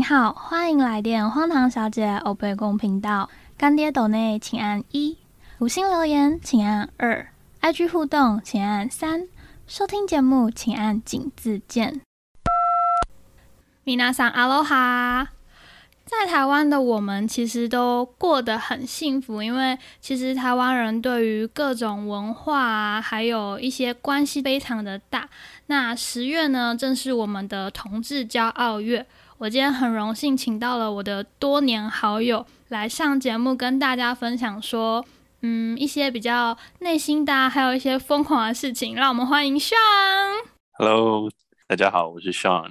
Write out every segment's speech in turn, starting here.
好，欢迎来电荒唐小姐欧贝公频道。干爹斗内请按1，五星留言请按2，IG 互动请按3，收听节目请按井字键。皆さんアロハ。在台湾的我们其实都过得很幸福，因为其实台湾人对于各种文化啊，还有一些关系非常的大。那10月呢，正是我们的同志骄傲月。我今天很荣幸请到了我的多年好友来上节目，跟大家分享说，一些比较内心的还有一些疯狂的事情。让我们欢迎 Sean。Hello， 大家好，我是 Sean。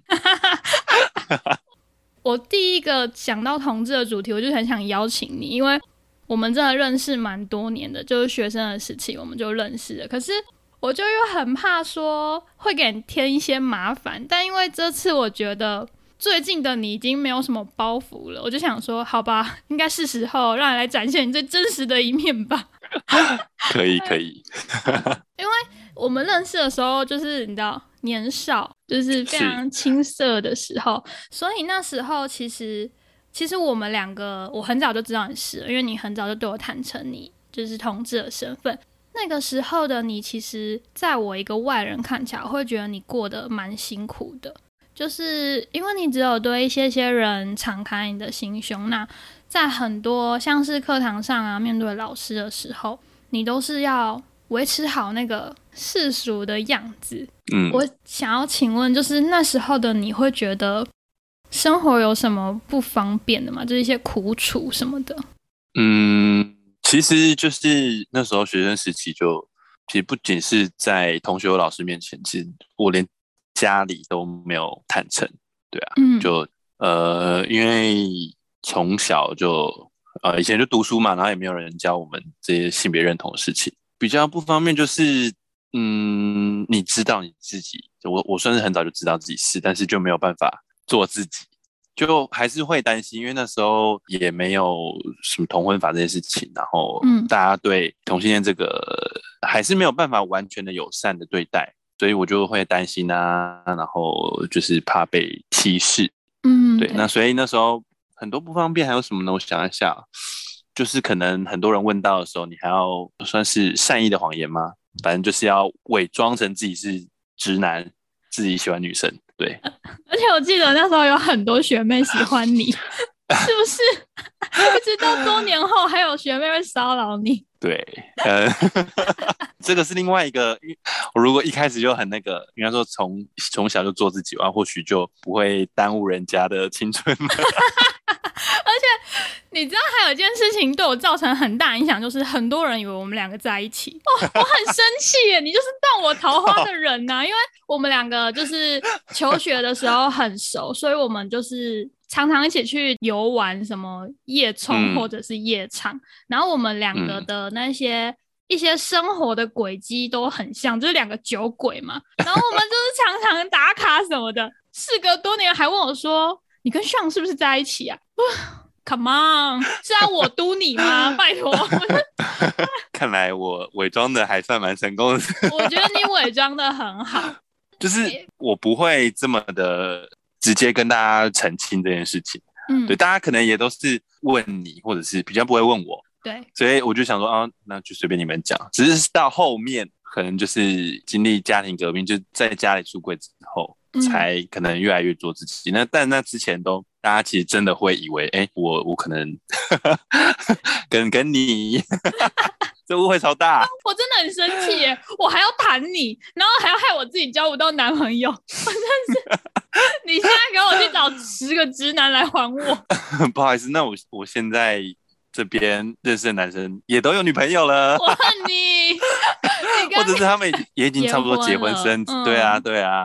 我第一个想到同志的主题，我就很想邀请你，因为我们真的认识蛮多年的，就是学生的时期我们就认识了。可是我就又很怕说会给你添一些麻烦，但因为这次我觉得最近的你已经没有什么包袱了，我就想说，好吧，应该是时候让你来展现你最真实的一面吧。 可以。 因为我们认识的时候，就是你知道年少，就是非常青涩的时候，所以那时候其实我们两个，我很早就知道你是了，因为你很早就对我坦诚你就是同志的身份。那个时候的你，其实在我一个外人看起来，我会觉得你过得蛮辛苦的，就是因为你只有对一些人敞开你的心胸，那在很多像是课堂上啊，面对老师的时候，你都是要维持好那个世俗的样子。我想要请问，就是那时候的你会觉得生活有什么不方便的吗？就是一些苦楚什么的。 其实就是那时候学生时期其实不仅是在同学和老师面前，其实我连家里都没有坦诚。对啊，因为从小就以前就读书嘛，然后也没有人教我们这些性别认同的事情。比较不方便就是你知道你自己，我算是很早就知道自己是，但是就没有办法做自己，就还是会担心，因为那时候也没有什么同婚法这些事情，然后大家对同性恋这个还是没有办法完全的友善的对待，所以我就会担心啊，然后就是怕被歧视。对，那所以那时候很多不方便，还有什么呢？我想一下，就是可能很多人问到的时候，你还要算是善意的谎言吗？反正就是要伪装成自己是直男，自己喜欢女生。对， 而且我记得那时候有很多学妹喜欢你，是不是？一直到多年后还有学妹会骚扰你。 对，这个是另外一个。我如果一开始就很那个，应该说从小就做自己的话，或许就不会耽误人家的青春。 而且你知道还有一件事情对我造成很大影响，就是很多人以为我们两个在一起。我很生气耶，你就是断我桃花的人啊。因为我们两个就是求学的时候很熟，所以我们就是常常一起去游玩，什么夜冲或者是夜场，然后我们两个的那些一些生活的轨迹都很像，就是两个酒鬼嘛。然后我们就是常常打卡什么的。事隔多年还问我说，你跟Sean是不是在一起啊？Come on， 是要我督你吗？拜托。 看来我伪装的还算蛮成功的。 我觉得你伪装的很好， 就是我不会这么的直接跟大家澄清这件事情。对，大家可能也都是问你，或者是比较不会问我。 对， 所以我就想说那就随便你们讲。只是到后面可能就是经历家庭革命，就在家里出柜之后，才可能越来越做自己。但那之前都大家其实真的会以为，我可能跟你这误会超大。 我真的很生气耶，我还要谈你，然后还要害我自己交不到男朋友，我真是。你现在给我去找10个直男来还我。 不好意思，那我现在这边认识的男生也都有女朋友了。 我恨你。 或者是他们也已经差不多结婚生子。对啊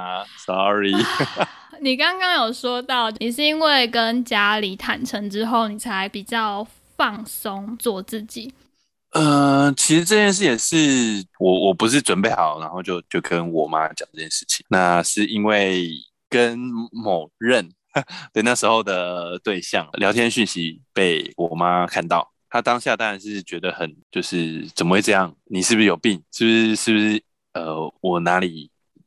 sorry。 你刚刚有说到你是因为跟家里坦诚之后你才比较放松做自己。 其实这件事也是我不是准备好然后就跟我妈讲这件事情。那是因为跟某任对那时候的对象聊天讯息被我妈看到，她当下当然是觉得很就是怎么会这样，你是不是有病，是不是我哪里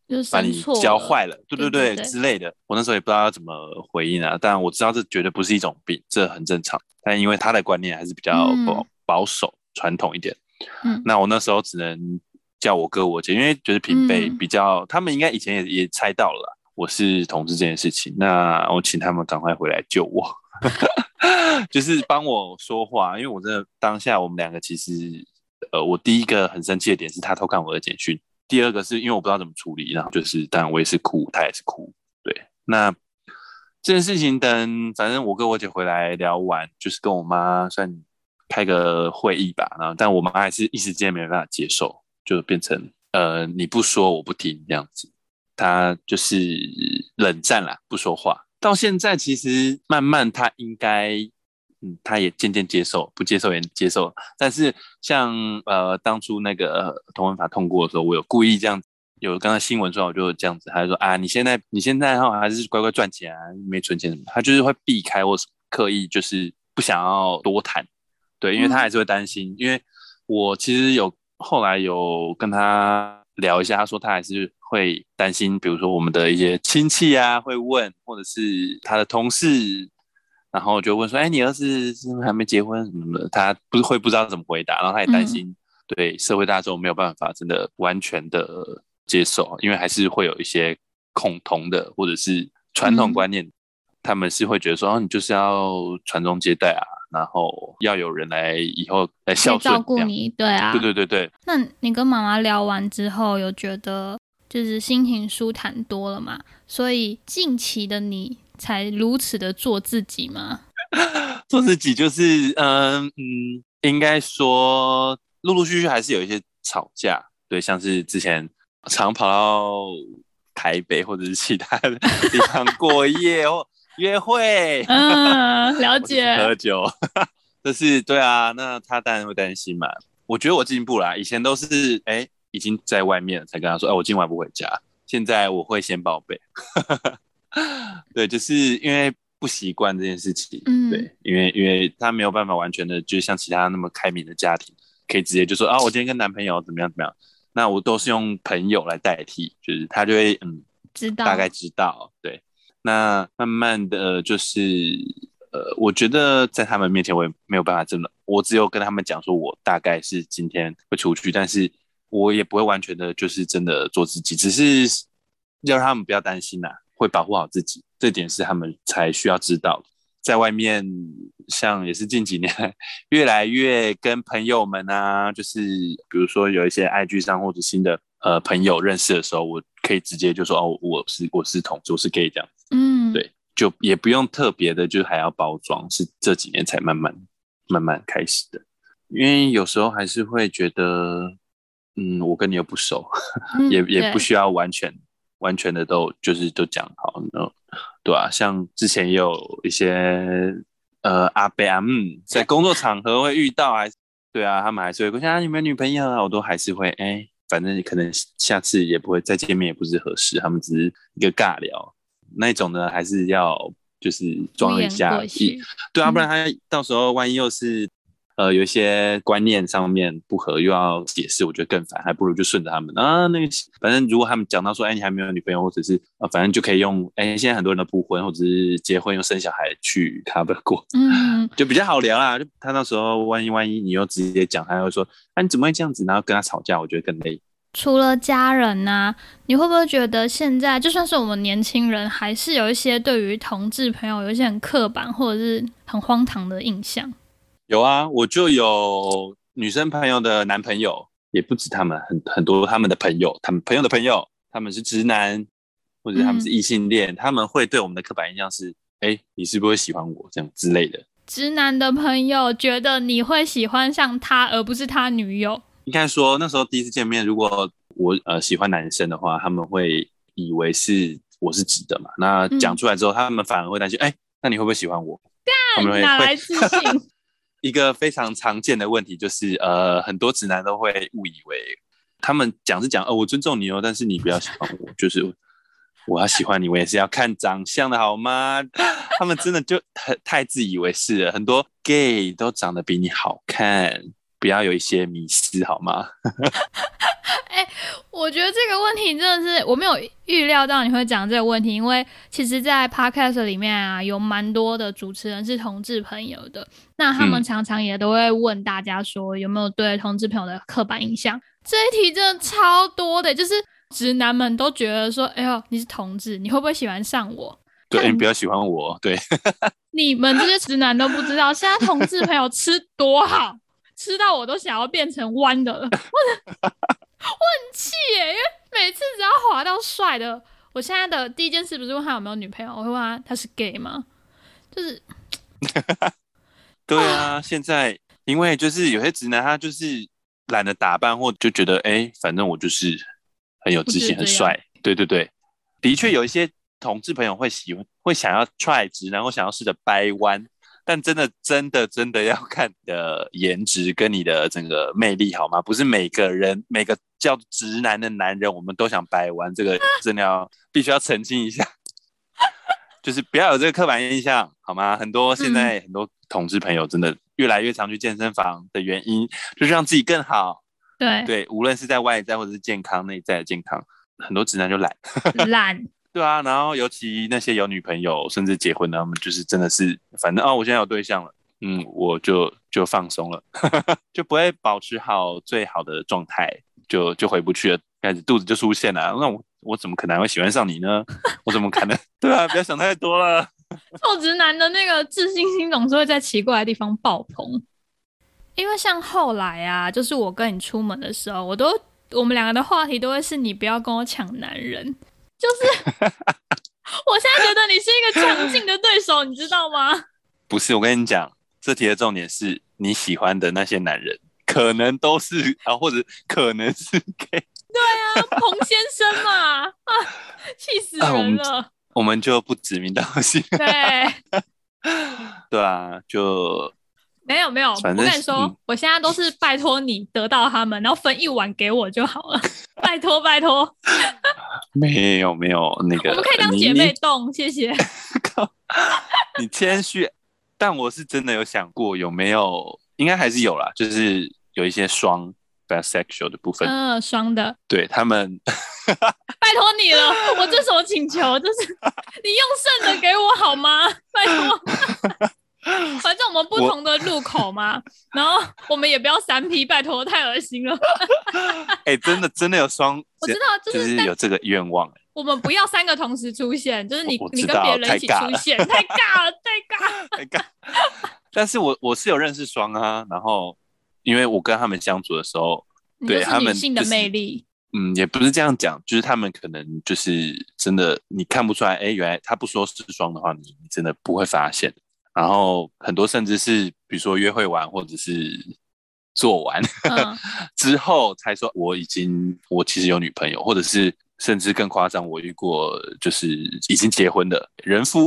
把你教坏了，对对对之类的。我那时候也不知道要怎么回应啊，但我知道这绝对不是一种病，这很正常。但因为他的观念还是比较保守、传统一点，那我那时候只能叫我哥我姐，因为就是平辈比较，他们应该以前也猜到了啦我是同志这件事情，那我请他们赶快回来救我，就是帮我说话，因为我真的当下我们两个其实，我第一个很生气的点是他偷看我的简讯。第二个是因为我不知道怎么处理，然后就是当然我也是哭，他也是哭，对。那这件事情反正我跟我姐回来聊完，就是跟我妈算开个会议吧，然后但我妈还是一时间没办法接受，就变成你不说我不听这样子，她就是冷战啦，不说话。到现在其实慢慢她应该。他也渐渐接受，不接受也接受。但是像当初那个同婚法通过的时候，我有故意这样，有刚才新闻说我就这样子，他就说啊，你现在还是乖乖赚钱啊，没存钱什么，他就是会避开或刻意就是不想要多谈，对，因为他还是会担心，因为我其实后来有跟他聊一下，他说他还是会担心，比如说我们的一些亲戚啊会问，或者是他的同事。然后就问说：“哎，你儿子是不是还没结婚什么的？”他不知道怎么回答，然后他也担心对社会大众没有办法真的完全的接受，因为还是会有一些恐同的或者是传统观念，他们是会觉得说：“哦，你就是要传宗接代啊，然后要有人来以后来孝顺照顾你。”对啊， 对对对对。 那你跟妈妈聊完之后，有觉得就是心情舒坦多了嘛？所以近期的你。才如此的做自己吗？ 做自己就是应该说陆陆续续还是有一些吵架，对，像是之前常跑到台北或者是其他的地方过夜或约会， 了解， 喝酒，这是对啊，那他当然会担心嘛。我觉得我进步啦，以前都是已经在外面才跟他说，我今晚不回家，现在我会先报备。对，就是因为不习惯这件事情，对，因为他没有办法完全的，就像其他那么开明的家庭，可以直接就说我今天跟男朋友怎么样怎么样，那我都是用朋友来代替，就是他就会知道大概知道，对，那慢慢的就是我觉得在他们面前我也没有办法真的，我只有跟他们讲说我大概是今天会出去，但是我也不会完全的就是真的做自己，只是要让他们不要担心啦。会保护好自己，这点是他们才需要知道的。在外面，像也是近几年越来越跟朋友们啊，就是比如说有一些 IG 上或者新的朋友认识的时候，我可以直接就说我是同志，我是 gay 这样子。对，就也不用特别的，就还要包装，是这几年才慢慢开始的。因为有时候还是会觉得，我跟你又不熟，也不需要完全的都讲好，对啊，像之前也有一些阿伯阿姆在工作场合会遇到，还是对啊，他们还是会说你们女朋友啊，我都还是会反正可能下次也不会再见面，也不是合适，他们只是一个尬聊那种呢，还是要就是装一下，对啊，不然他到时候万一又是。有一些观念上面不合，又要解释，我觉得更烦，还不如就顺着他们啊。那个，反正如果他们讲到说，你还没有女朋友，或者是反正就可以用，现在很多人都不婚，或者是结婚用生小孩去 cover 过，就比较好聊啦。就他那时候万一你又直接讲，他会说，你怎么会这样子？然后跟他吵架，我觉得更累。 除了家人啊，你会不会觉得现在就算是我们年轻人，还是有一些对于同志朋友有一些很刻板或者是很荒唐的印象？ 有啊，我就有女生朋友的男朋友，也不止他们，很多他们的朋友，他们朋友的朋友，他们是直男，或者他们是异性恋，他们会对我们的刻板印象是，你是不是会喜欢我这样之类的。 直男的朋友觉得你会喜欢上他，而不是他女友。 应该说那时候第一次见面，如果我喜欢男生的话，他们会以为我是直的嘛。那讲出来之后，他们反而会担心，那你会不会喜欢我？他们哪来自信？ 一个非常常见的问题就是，很多直男都会误以为，他们讲是讲，我尊重你哦，但是你不要喜欢我，就是我要喜欢你，我也是要看长相的好吗？他们真的就太自以为是了，很多 gay 都长得比你好看， 不要有一些迷思好吗？ 我觉得这个问题真的是我没有预料到你会讲这个问题，因为其实在 podcast 里面啊，有蛮多的主持人是同志朋友的，那他们常常也都会问大家说有没有对同志朋友的刻板印象。这一题真的超多的，就是直男们都觉得说，哎呦，你是同志，你会不会喜欢上我？ 对，你不要喜欢我。对， 你们这些直男都不知道，现在同志朋友吃多好，吃到我都想要变成弯的了。我很气耶，因为每次只要滑到帅的，我现在的第一件事不是问他有没有女朋友，我会问他是 gay 吗？就是对啊，现在因为就是有些直男他就是懒得打扮，或就觉得反正我就是很有自信很帅。对对对，的确有一些同志朋友会想要 try 直男，或想要试着掰弯，但真的要看你的颜值跟你的整个魅力好吗？不是每个叫直男的男人我们都想掰弯，这个真的必须要澄清一下。就是不要有这个刻板印象好吗？现在很多同志朋友真的越来越常去健身房的原因就是让自己更好。对，无论是在外在或者是健康内在的健康，很多直男就懒。对啊，然后尤其那些有女朋友甚至结婚的，他们就是真的是反正我现在有对象了，我就放松了。就不会保持好最好的状态，就回不去了，开始肚子就出现了。那我怎么可能会喜欢上你呢？我怎么可能？对啊，不要想太多了。 臭直男的那个自信心总是会在奇怪的地方爆棚。因为像后来啊，就是我跟你出门的时候，我们两个的话题都会是你不要跟我抢男人。就是我现在觉得你是一个强劲的对手，你知道吗？ 不是，我跟你讲，这题的重点是你喜欢的那些男人可能都是或者可能是 gay。 对啊，彭先生嘛，气死人了。 我们就不指名道姓。对啊，就没有，我跟你说，我现在都是拜托你得到他们，然后分一碗给我就好了。拜托。 没有那个， 我们可以当姐妹洞，谢谢。 你谦虚，但我是真的有想过有没有，应该还是有啦，就是有一些双 bisexual 的部分。 双的， 对他们。 拜托你了，我这是我请求，就是你用剩的给我好吗？拜托。反正我们不同的路口嘛，然后我们也不要3P，拜托，太恶心了。 真的有双， 我知道， 就是有这个愿望。 我们不要3个同时出现，就是你跟别人一起出现，太尬了。 但是我是有认识双啊，然后因为我跟他们相处的时候，对他们女性的魅力。 也不是这样讲，就是他们可能就是真的你看不出来，原来他不说是双的话，你真的不会发现。然后很多甚至是比如说约会完或者是做完之后才说我其实有女朋友，或者是甚至更夸张，我遇过就是已经结婚的人夫。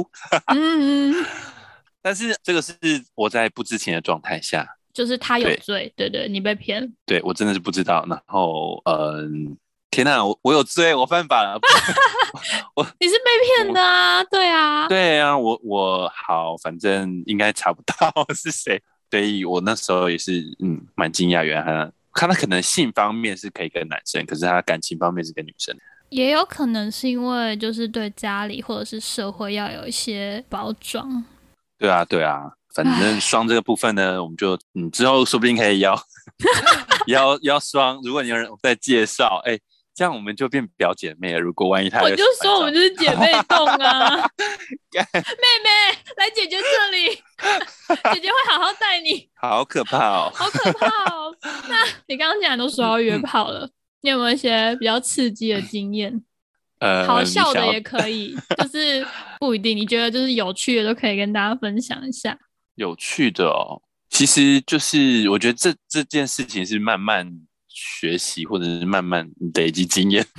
但是这个是我在不知情的状态下，就是他有罪。对，你被骗。 对，我真的是不知道。然后天哪，我有罪，我犯法了。 你是被骗的啊。 对啊，我好，反正应该查不到是谁。所以我那时候也是蛮惊讶，原来他可能性方面是可以跟男生，可是他感情方面是跟女生。 也有可能是因为就是对家里或者是社会要有一些包装。 对啊，反正双这个部分呢，我们就之后说不定可以邀双，如果你有人在介绍，这样我们就变表姐妹了。如果万一他， 我就说我们就是姐妹洞啊。妹妹来姐姐这里，姐姐会好好带你。 好可怕哦， 好可怕哦。那你刚刚讲都说要约炮了，你有没有一些比较刺激的经验？好笑的也可以，就是不一定。你觉得就是有趣的都可以跟大家分享一下。有趣的哦，其实就是我觉得这件事情是慢慢学习，或者是慢慢累积经验。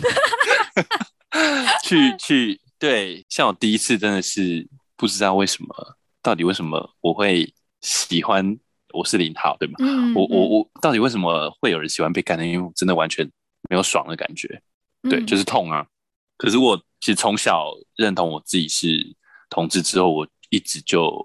去对，像我第一次真的是不知道到底为什么我会喜欢，我是0号对吗？我到底为什么会有人喜欢被干的？因为我真的完全没有爽的感觉。对，就是痛啊。可是我其实从小认同我自己是同志之后，我一直就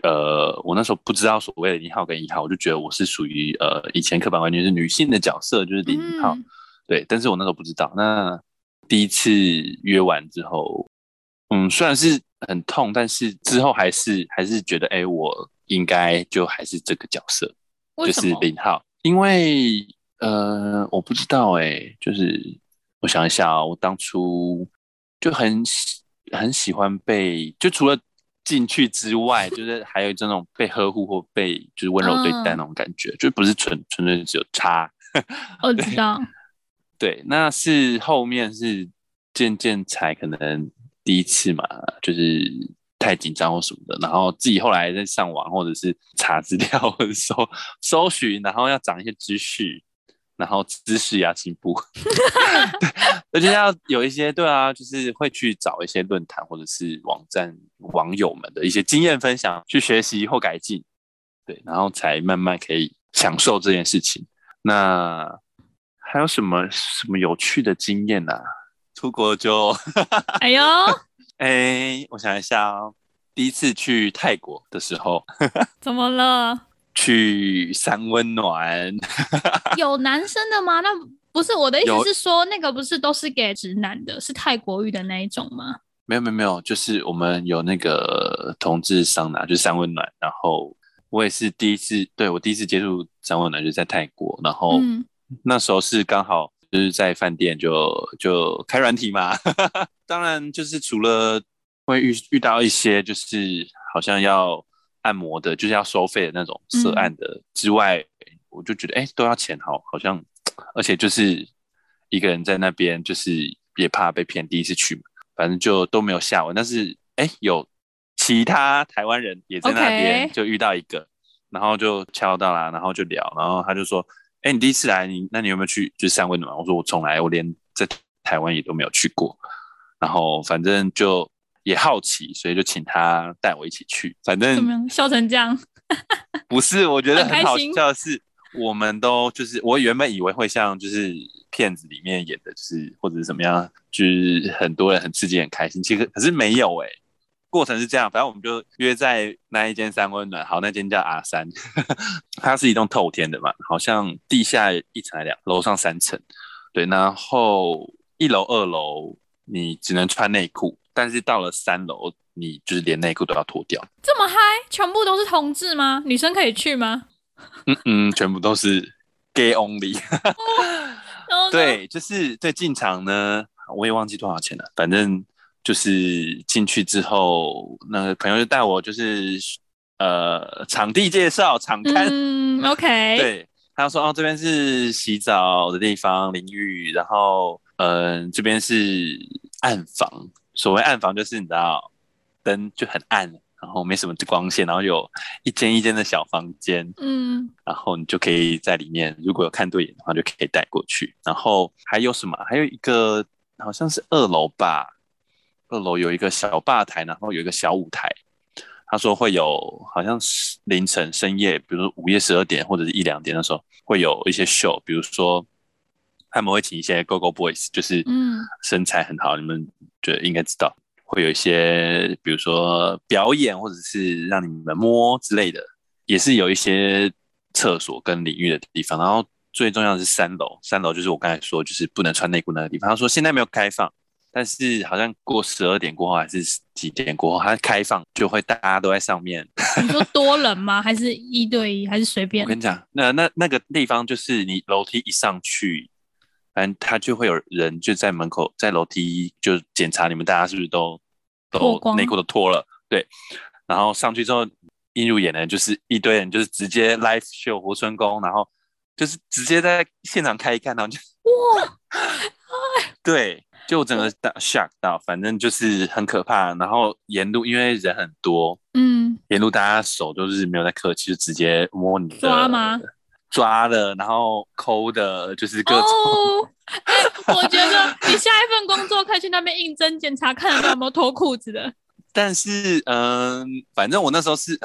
我那时候不知道所谓的0号跟1号，我就觉得我是属于以前刻板观念是女性的角色，就是0号，对，但是我那时候不知道。那第一次约完之后，虽然是很痛，但是之后还是觉得，我应该就还是这个角色，就是0号，因为我不知道就是我想一下啊，我当初就很喜欢被，就除了进去之外，就是还有这种被呵护或被就是温柔对待那种感觉，就不是纯粹只有插。 我知道。 对，那是后面是渐渐才可能第一次嘛，就是太紧张或什么的，然后自己后来在上网或者是查资料或者搜寻，然后要长一些知识，然后知识要进步，对，而且要有一些对啊，就是会去找一些论坛或者是网站网友们的一些经验分享，去学习或改进，对，然后才慢慢可以享受这件事情。那还有什么有趣的经验啊？出国就哎呦， 我想一下哦，第一次去泰国的时候， 怎么了？ 去三温暖， 有男生的吗？那不是我的意思是说，那个不是都是给直男的，是泰国浴的那一种吗？ 没有，就是我们有那个同志桑拿，就是三温暖。然后我也是第一次，对，我第一次接触三温暖就是在泰国，然后那时候是刚好就是在饭店就开软体嘛，当然就是除了会遇到一些就是好像要按摩的，就是要收费的那种涉案的之外，我就觉得都要钱，好像，而且就是一个人在那边，就是也怕被骗，第一次去嘛，反正就都没有下文。但是有其他台湾人也在那边，就遇到一个，然后就敲到啦，然后就聊，然后他就说，你第一次来，那你有没有去就是三温暖？我说我从来，我连在台湾也都没有去过，然后反正就也好奇，所以就请他带我一起去。反正怎么样，笑成这样？ 不是，我觉得很好笑的是，我们都就是我原本以为会像就是片子里面演的，就是或者是怎么样，就是很多人很刺激很开心，其实可是没有过程是这样，反正我们就约在那一间三温暖，好，那间叫R3，它是一栋透天的嘛，好像地下1层还2，楼上3层，对，然后1楼2楼你只能穿内裤，但是到了3楼你就是连内裤都要脱掉。 这么嗨，全部都是同志吗？女生可以去吗？ 全部都是 gay only 对，就是对进场呢，我也忘记多少钱了，反正就是进去之后，那个朋友就带我就是场地介绍场勘 ，OK， 对，他说这边是洗澡的地方淋浴，然后这边是暗房，所谓暗房就是你知道灯就很暗，然后没什么光线，然后有一间一间的小房间，然后你就可以在里面，如果有看对眼的话，就可以带过去。然后还有什么？还有一个好像是2楼吧，2楼有一个小吧台，然后有一个小舞台。他说会有，好像是凌晨深夜，比如说午夜12点或者是1、2点的时候，会有一些秀，比如说他们会请一些 Go Go Boys，就是身材很好，你们就应该知道。会有一些，比如说表演，或者是让你们摸之类的，也是有一些厕所跟淋浴的地方。然后最重要的是3楼就是我刚才说，就是不能穿内裤那个地方。他说现在没有开放，但是好像过12点过后还是几点过后，它开放就会大家都在上面。 你说多人吗？还是1对1，还是随便？ 我跟你讲，那个地方就是你楼梯一上去，反正他就会有人就在门口，在楼梯就检查你们大家是不是都内裤都脱了，对，然后上去之后，映入眼帘就是一堆人就是直接 live show 活春宫，然后就是直接在现场开干，然后就哇， 对，就整个shock 到，反正就是很可怕。然后沿路因为人很多，沿路大家手都是没有在客气，就直接摸你的抓吗？ 抓的，然后抠的，就是各种。 我觉得你下一份工作可以去那边应征检查，看有没有脱裤子的。 但是，反正我那时候是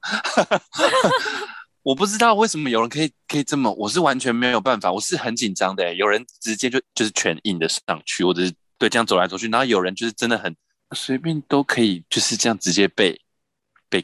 我不知道为什么有人可以这么，我是完全没有办法，我是很紧张的。有人直接就是全硬的上去，或者是对这样走来走去，然后有人就是真的很随便都可以就是这样直接被干。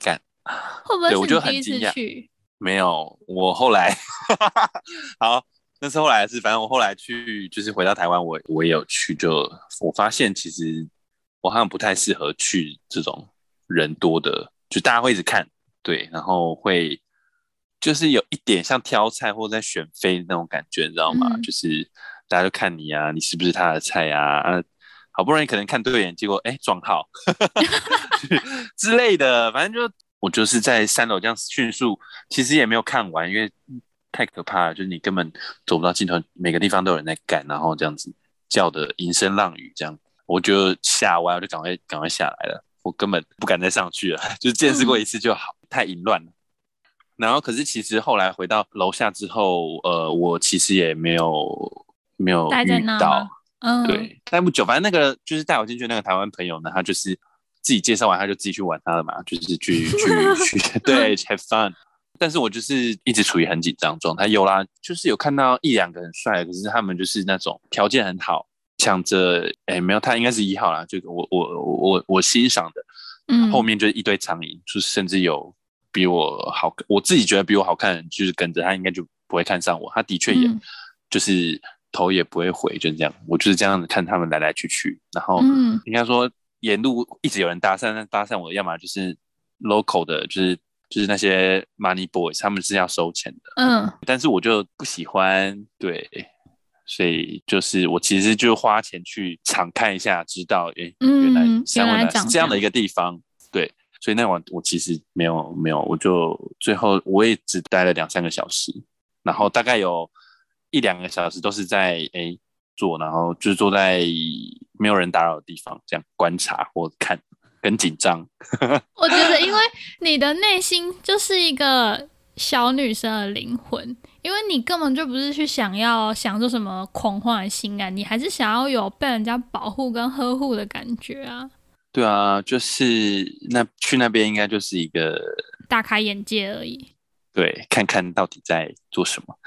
会不会对我就是你第一很惊讶。 次去？ 没有，我后来好，那是后来的事。反正我后来去，就是回到台湾，我也有去就，我发现其实我好像不太适合去这种人多的，就大家会一直看，对，然后会就是有一点像挑菜或者在选妃那种感觉，你知道吗？就是大家就看你啊，你是不是他的菜啊？好不容易可能看对眼，结果撞号之类的，反正就我就是在3楼这样迅速，其实也没有看完，因为太可怕了，就是你根本走不到尽头，每个地方都有人在赶，然后这样子叫的银声浪语，这样我就吓歪，我就赶快下来了，我根本不敢再上去了，就是见识过一次就好，太淫乱了。然后可是其实后来回到楼下之后，我其实也没有待在遇到， 那吗？ 对，待不久，反正那个就是带我进去那个台湾朋友呢，他就是自己介绍完，他就自己去玩他了嘛，就是去对 have fun。但是我就是一直处于很紧张状态，有啦，就是有看到一两个很帅的，可是他们就是那种条件很好，抢着没有，他应该是1号啦，就我欣赏的，后面就是一堆苍蝇，就是甚至有比我好，我自己觉得比我好看的人，就是跟着他应该就不会看上我，他的确也就是头也不会回，就是这样，我就是这样子看他们来来去去，然后应该说沿路一直有人搭讪，但搭讪我要么就是 local 的，就是那些 money boys， 他们是要收钱的，但是我就不喜欢，对，所以就是我其实就花钱去敞看一下，知道原来三温暖是这样的一个地方，对，所以那晚我其实没有，我就最后我也只待了2-3个小时，然后大概有1-2个小时都是在坐，然后就是坐在没有人打扰的地方，这样观察或看，跟紧张。 我觉得，因为你的内心就是一个小女生的灵魂，因为你根本就不是去享受什么狂欢的性爱，你还是想要有被人家保护跟呵护的感觉啊。 对啊，就是去那边应该就是一个大开眼界而已。 对，看看到底在做什么。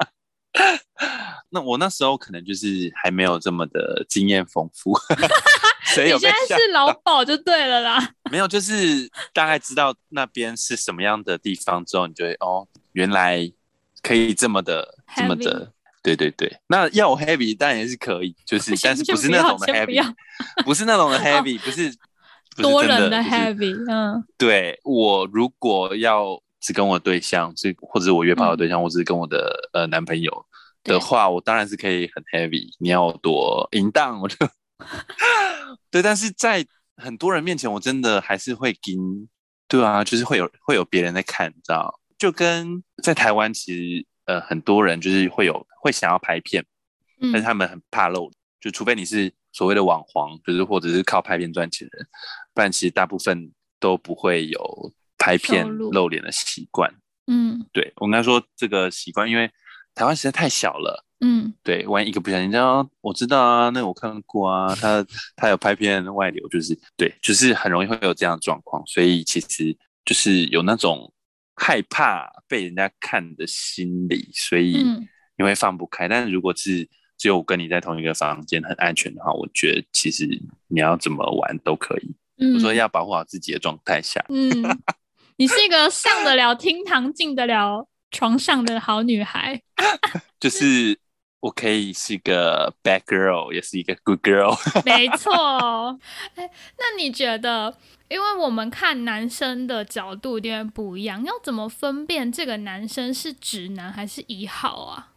那我那时候可能就是还没有这么的经验丰富，所以你现在是老鸨就对了啦。 没有，就是大概知道那边是什么样的地方之后，你就会原来可以这么的，对对对。那要我 heavy 当然也是可以，就是但是不是那种的 heavy， 不是那种的 heavy，不是多人的 heavy， 对，我如果要只跟我对象，或者是我约炮的对象，或者是跟我的男朋友的话，我当然是可以很 heavy。你要多淫荡，我就对。但是在很多人面前，我真的还是会惊，对啊，就是会有别人在看，你知道？就跟在台湾，其实很多人就是会想要拍片，但是他们很怕露，就除非你是所谓的网黄，就是或者是靠拍片赚钱的人，不然其实大部分都不会有拍片露脸的习惯。对，我跟他说这个习惯，因为台湾实在太小了。对，万一一个不小心，我知道啊，那我看过啊，他有拍片外流，就是很容易会有这样的状况，所以其实就是有那种害怕被人家看的心理，所以你会放不开。但是如果是只有我跟你在同一个房间很安全的话，我觉得其实你要怎么玩都可以。我说要保护好自己的状态下。 你是一个上得了厅堂、进得了床上的好女孩。 就是我可以是一个 bad girl， 也是一个 good girl。 没错。那你觉得，因为我们看男生的角度一定会不一样，要怎么分辨这个男生是直男还是1号啊？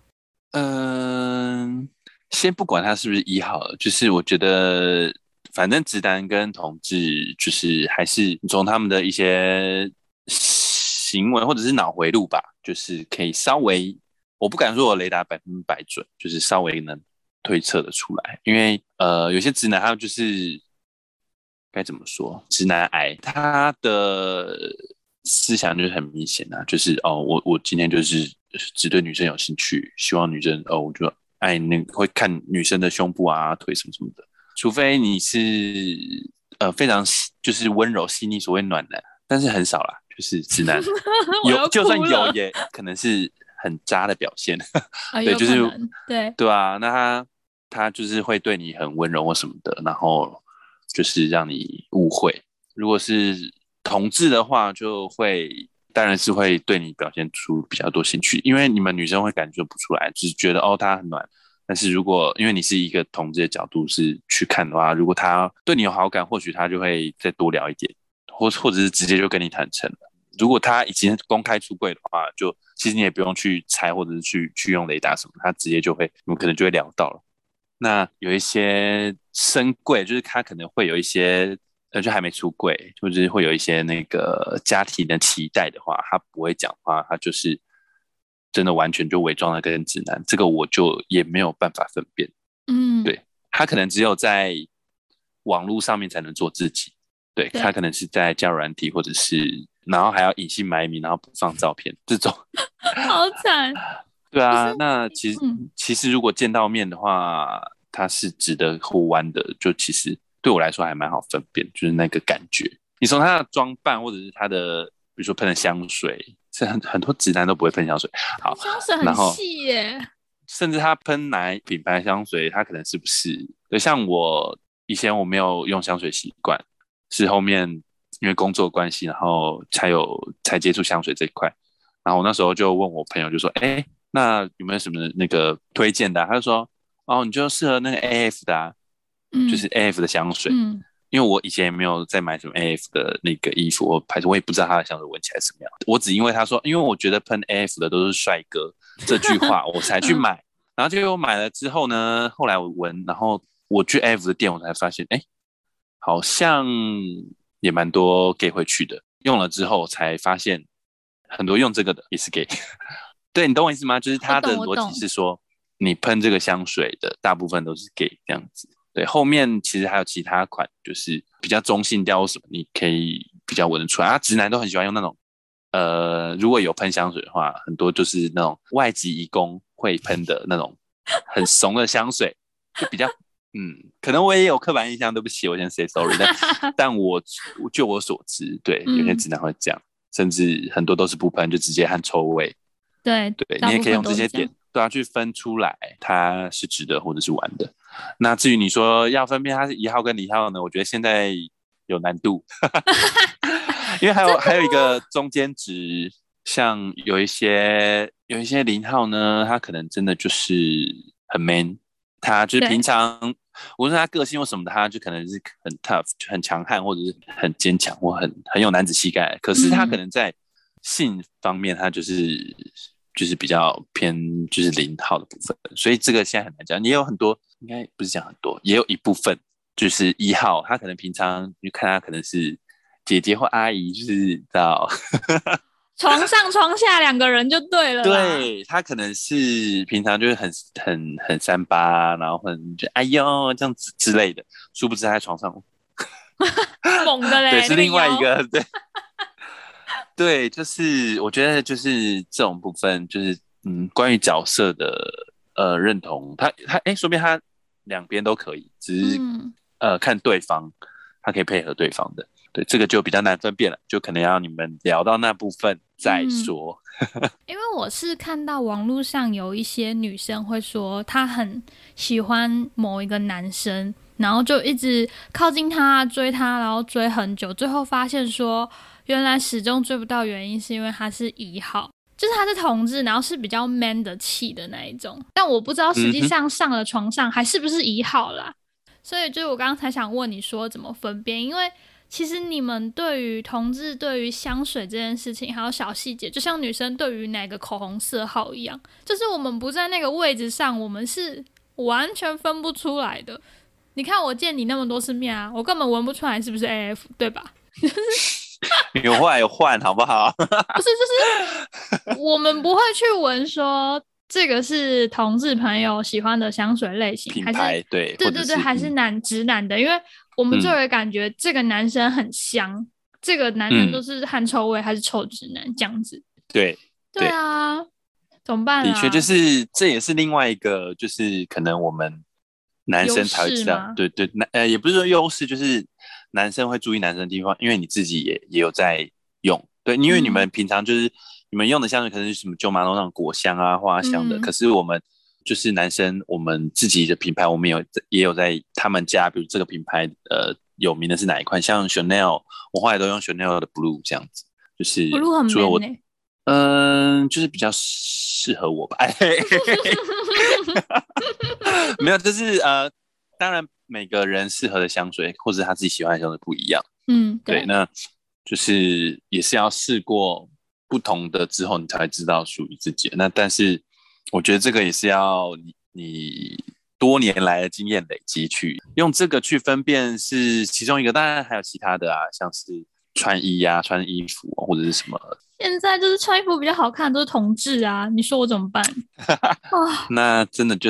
先不管他是不是1号，就是我觉得反正直男跟同志就是还是从他们的一些行为或者是脑回路吧，就是可以稍微，我不敢说我雷达100%准，就是稍微能推测的出来。因为有些直男他就是该怎么说，直男癌，他的思想就是很明显啊，就是我今天就是只对女生有兴趣，希望女生我就爱会看女生的胸部啊、腿什么什么的，除非你是非常就是温柔细腻，所谓暖男，但是很少啦，就是直男就算有也可能是很渣的表现。对，就是对啊，那他就是会对你很温柔或什么的，然后就是让你误会。如果是同志的话就会。当然是会对你表现出比较多兴趣，因为你们女生会感觉不出来，只是觉得他很暖。但是如果因为你是一个同志的角度是去看的话，如果他对你有好感，或许他就会再多聊一点，或者是直接就跟你坦诚了。如果他已经公开出柜的话，就其实你也不用去猜，或者是去用雷达什么，他直接就会，你们可能就会聊到了。那有一些深柜，就是他可能会有一些。就还没出柜，就是会有一些那个家庭的期待的话，他不会讲话，他就是真的完全就伪装的跟直男，这个我就也没有办法分辨。对，他可能只有在网络上面才能做自己，对，他可能是在交友软体或者是，然后还要隐姓埋名，然后不放照片这种， 好惨。 对啊，那其实如果见到面的话，他是值得互弯的，就其实。对我来说还蛮好分辨，就是那个感觉。你从他的装扮，或者是他的，比如说喷的香水，是很多直男都不会喷香水。好， 香水很细耶。 甚至他喷哪品牌香水，他可能是不是？就像我以前我没有用香水习惯，是后面因为工作关系，然后才接触香水这一块。然后我那时候就问我朋友，就说：“哎，那有没有什么那个推荐的？”他就说：“哦，你就适合那个 AF 的啊。”就是 AF 的香水，因为我以前也没有在买什么 AF 的那个衣服或牌子，我也不知道他的香水闻起来什么样。我只因为他说，因为我觉得喷 AF 的都是帅哥这句话，我才去买。然后结果我买了之后呢，后来我闻，然后我去 AF 的店，我才发现，好像也蛮多 gay 会去的。用了之后才发现，很多用这个的也是 gay。对，你懂我意思吗？就是他的逻辑是说，你喷这个香水的大部分都是 gay 这样子。对，后面其实还有其他款，就是比较中性调什么，你可以比较闻得出来。直男都很喜欢用那种，如果有喷香水的话，很多就是那种外籍移工会喷的那种很怂的香水，就比较，可能我也有刻板印象，对不起，我先 say sorry。但就我所知，对，有些直男会这样，甚至很多都是不喷，就直接和臭味。 对， 你也可以用这些点，对啊，去分出来，它是直的或者是弯的。那至于你说要分辨它是1号跟0号呢，我觉得现在有难度，因为还有一个中间值，像有一些0号呢，他可能真的就是很 man， 他就是平常无论他个性或什么的，他就可能是很 tough， 就很强悍，或者是很坚强，或很有男子气概。可是他可能在性方面，他就是比较偏就是0号的部分，所以这个现在很难讲。也有很多，应该不是讲很多，也有一部分就是1号，他可能平常你看他可能是姐姐或阿姨，就是到床上床下2个人就对了。 对，他可能是平常就是很38，然后就哎呦这样子之类的，殊不知他在床上猛的嘞， 对，是另外一个对。对，就是我觉得就是这种部分，就是关于角色的认同，他说不定他两边都可以，只是看对方，他可以配合对方的。对，这个就比较难分辨了，就可能要你们聊到那部分再说。 因为我是看到网络上有一些女生会说，她很喜欢某一个男生，然后就一直靠近他追他，然后追很久，最后发现说原来始终追不到，原因是因为他是1号，就是他是同志，然后是比较 man 的气的那一种，但我不知道实际上上了床上还是不是1号啦。所以就是我刚刚才想问你说怎么分辨，因为其实你们对于同志对于香水这件事情还有小细节，就像女生对于哪个口红色号一样，就是我们不在那个位置上，我们是完全分不出来的。你看我见你那么多次面啊，我根本闻不出来是不是 AF， 对吧？ 有换有换好不好？ 不是，就是我们不会去闻说这个是同志朋友喜欢的香水类型， 品牌对， 还是直男的，因为我们就会感觉这个男生很香，这个男生都是汗臭味还是臭直男这样子。 对啊，怎么办啊？ 的确，就是这也是另外一个，就是可能我们男生才会知道，对，也不是说优势，就是男生会注意男生的地方，因为你自己也有在用，对，因为你们平常就是你们用的香水可能是什么九马龙那种果香啊、花香的，可是我们就是男生，我们自己的品牌，我们也有在他们家，比如这个品牌有名的是哪一款，像 Chanel， 我后来都用 Chanel 的 Blue 这样子，就是 Blue 很 man 欸， 就是比较适合我吧。没有，就是当然每个人适合的香水或者他自己喜欢的香水不一样。对，那就是也是要试过不同的之后，你才会知道属于自己的。那但是我觉得这个也是要你多年来的经验累积去用这个去分辨是其中一个，当然还有其他的啊，像是穿衣啊、穿衣服或者是什么。 现在就是穿衣服比较好看都是同志啊，你说我怎么办？ 那真的就是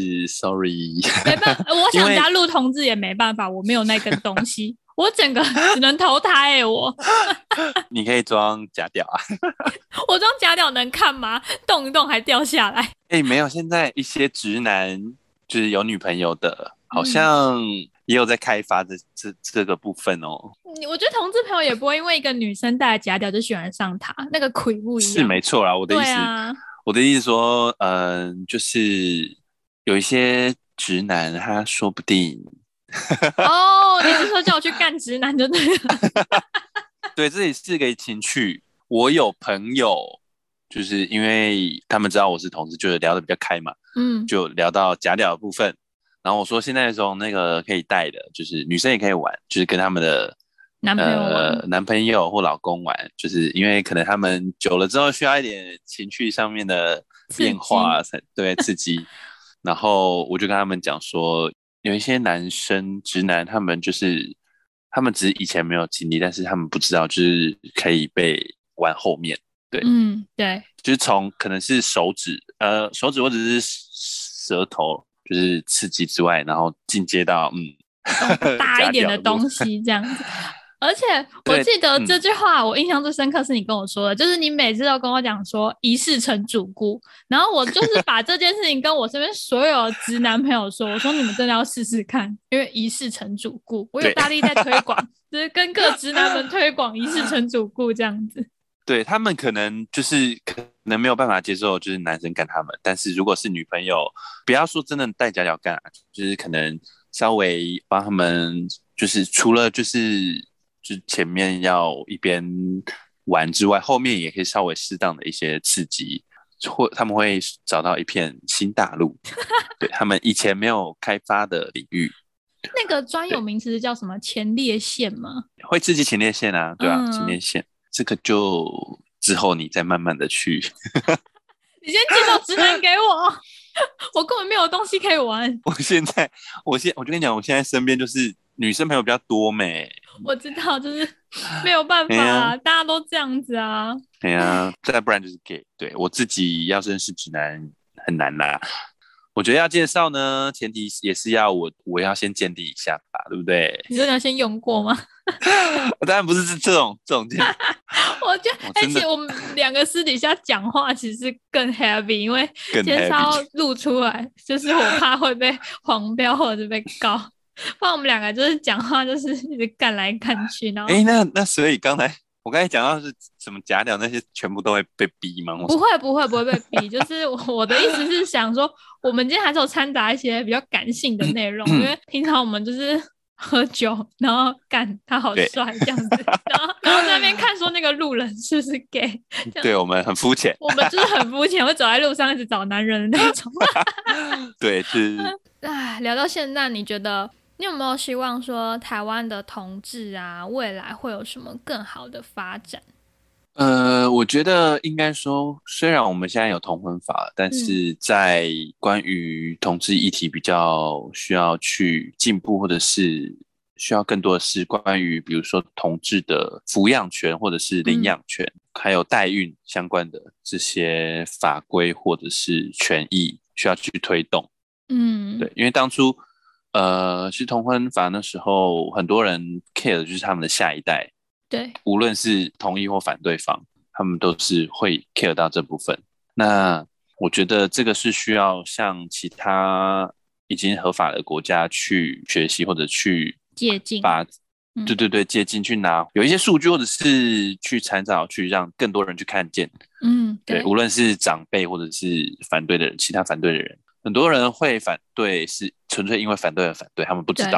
sorry， 没办法，我想加入同志也没办法，我没有那根东西，我整个只能投胎我。 你可以装假屌啊。 我装假屌能看吗？动一动还掉下来。 没有，现在一些直男就是有女朋友的，好像也有在开发这个部分哦。 我觉得同志朋友也不会因为一个女生戴假屌就喜欢上她，那个魁不一样。 是没错啦，我的意思，我的意思说，就是有一些直男，他说不定。 哦，你是说叫我去干直男就对了？ 对，这也是个情趣。我有朋友，就是因为他们知道我是同志，就聊得比较开嘛，就聊到假屌的部分。然后我说现在这种那个可以带的，就是女生也可以玩，就是跟他们的男朋友或老公玩，就是因为可能他们久了之后需要一点情绪上面的变化，对，刺激。然后我就跟他们讲说，有一些男生直男，他们只是以前没有经历，但是他们不知道，就是可以被玩后面，对， 对， 就是从可能是手指或者是舌头，就是刺激之外，然后进阶到大一点的东西这样子。而且我记得这句话我印象最深刻是你跟我说的，就是你每次都跟我讲说一世成主顾，然后我就是把这件事情跟我身边所有直男朋友说，我说你们真的要试试看，因为一世成主顾，我有大力在推广，就是跟各直男们推广一世成主顾这样子。 对，他们可能没有办法接受，就是男生干他们，但是如果是女朋友，不要说真的带假脚干，就是可能稍微帮他们，就是除了就是前面要一边玩之外，后面也可以稍微适当的一些刺激，或他们会找到一片新大陆，对，他们以前没有开发的领域。 那个专有名词叫什么？前列腺吗？ 会刺激前列腺啊，对啊，前列腺。这个就之后你再慢慢的去。 你先介绍直男给我，我根本没有东西可以玩。 我就跟你讲，我现在身边就是女生朋友比较多没。 我知道，就是没有办法，大家都这样子啊。 对啊，再不然就是 gay。对，我自己要认识直男很难啦。我觉得要介绍呢，前提也是要我要先鉴定一下吧，对不对？ 你说你要先用过吗？ 当然不是这种我觉得，而且我们两个私底下讲话其实更 heavy， 因为介绍录出来，就是我怕会被黄标或者是被告，不然我们两个就是讲话就是一直干来干去，然后那所以我刚才讲到是什么假屌那些全部都会被逼吗？ 不会被逼，就是我的意思是想说，我们今天还是有掺杂一些比较感性的内容，因为平常我们就是喝酒，然后干他好帅这样子，然后在那边看说那个路人是不是 gay， 对，我们很肤浅， 我们就是很肤浅，会走在路上一直找男人的那种。 对，是。 聊到现在，你觉得你有没有希望说台湾的同志啊，未来会有什么更好的发展？ 我觉得应该说，虽然我们现在有同婚法，但是在关于同志议题比较需要去进步，或者是需要更多的是关于比如说同志的抚养权或者是领养权，还有代孕相关的这些法规或者是权益需要去推动。对，因为当初是同婚法那时候，很多人 care 的就是他们的下一代。 对， 无论是同意或反对方，他们都是会 care 到这部分。那我觉得这个是需要向其他已经合法的国家去学习，或者去借鉴， 对，借鉴去拿有一些数据，或者是去参照，去让更多人去看见。对，无论是长辈或者是反对的人，其他反对的人，很多人会反对是纯粹因为反对而反对，他们不知道。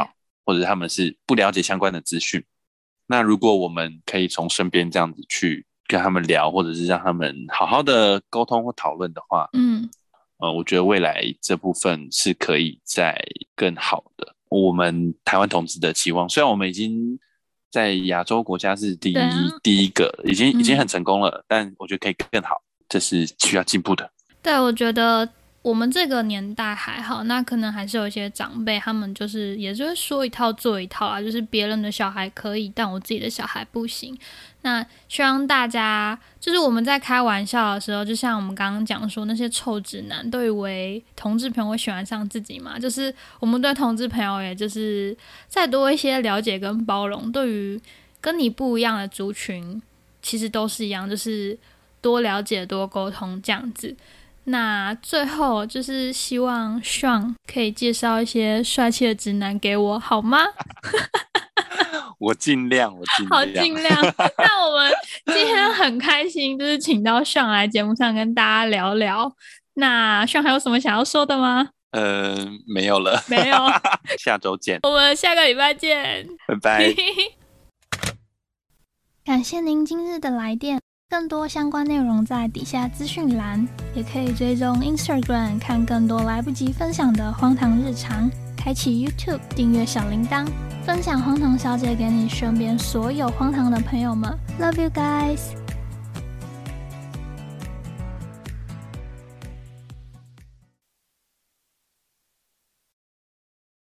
或者他们是不了解相关的资讯。那如果我们可以从身边这样子去跟他们聊，或者是让他们好好的沟通或讨论的话，我觉得未来这部分是可以再更好的。我们台湾同志的期望，虽然我们已经在亚洲国家是第一个，已经很成功了，但我觉得可以更好，这是需要进步的。 对，我觉得我们这个年代还好，那可能还是有一些长辈，他们就是也就是说一套做一套啊，就是别人的小孩可以，但我自己的小孩不行。那希望大家就是我们在开玩笑的时候，就像我们刚刚讲说，那些臭直男都以为同志朋友会喜欢上自己嘛，就是我们对同志朋友也就是再多一些了解跟包容，对于跟你不一样的族群其实都是一样，就是多了解多沟通这样子。那最后就是希望 Sean 可以介绍一些帅气的直男给我好吗？ 我尽量好尽量。那我们今天很开心，就是请到 Sean 来节目上跟大家聊聊。那 Sean 还有什么想要说的吗？ 没有了。 没有。 下周见。 我们下个礼拜见。 拜拜。 感谢您今日的来电。更多相关内容在底下资讯栏，也可以追踪 Instagram 看更多来不及分享的荒唐日常，开启 YouTube 订阅小铃铛，分享荒唐小姐给你身边所有荒唐的朋友们。Love you guys!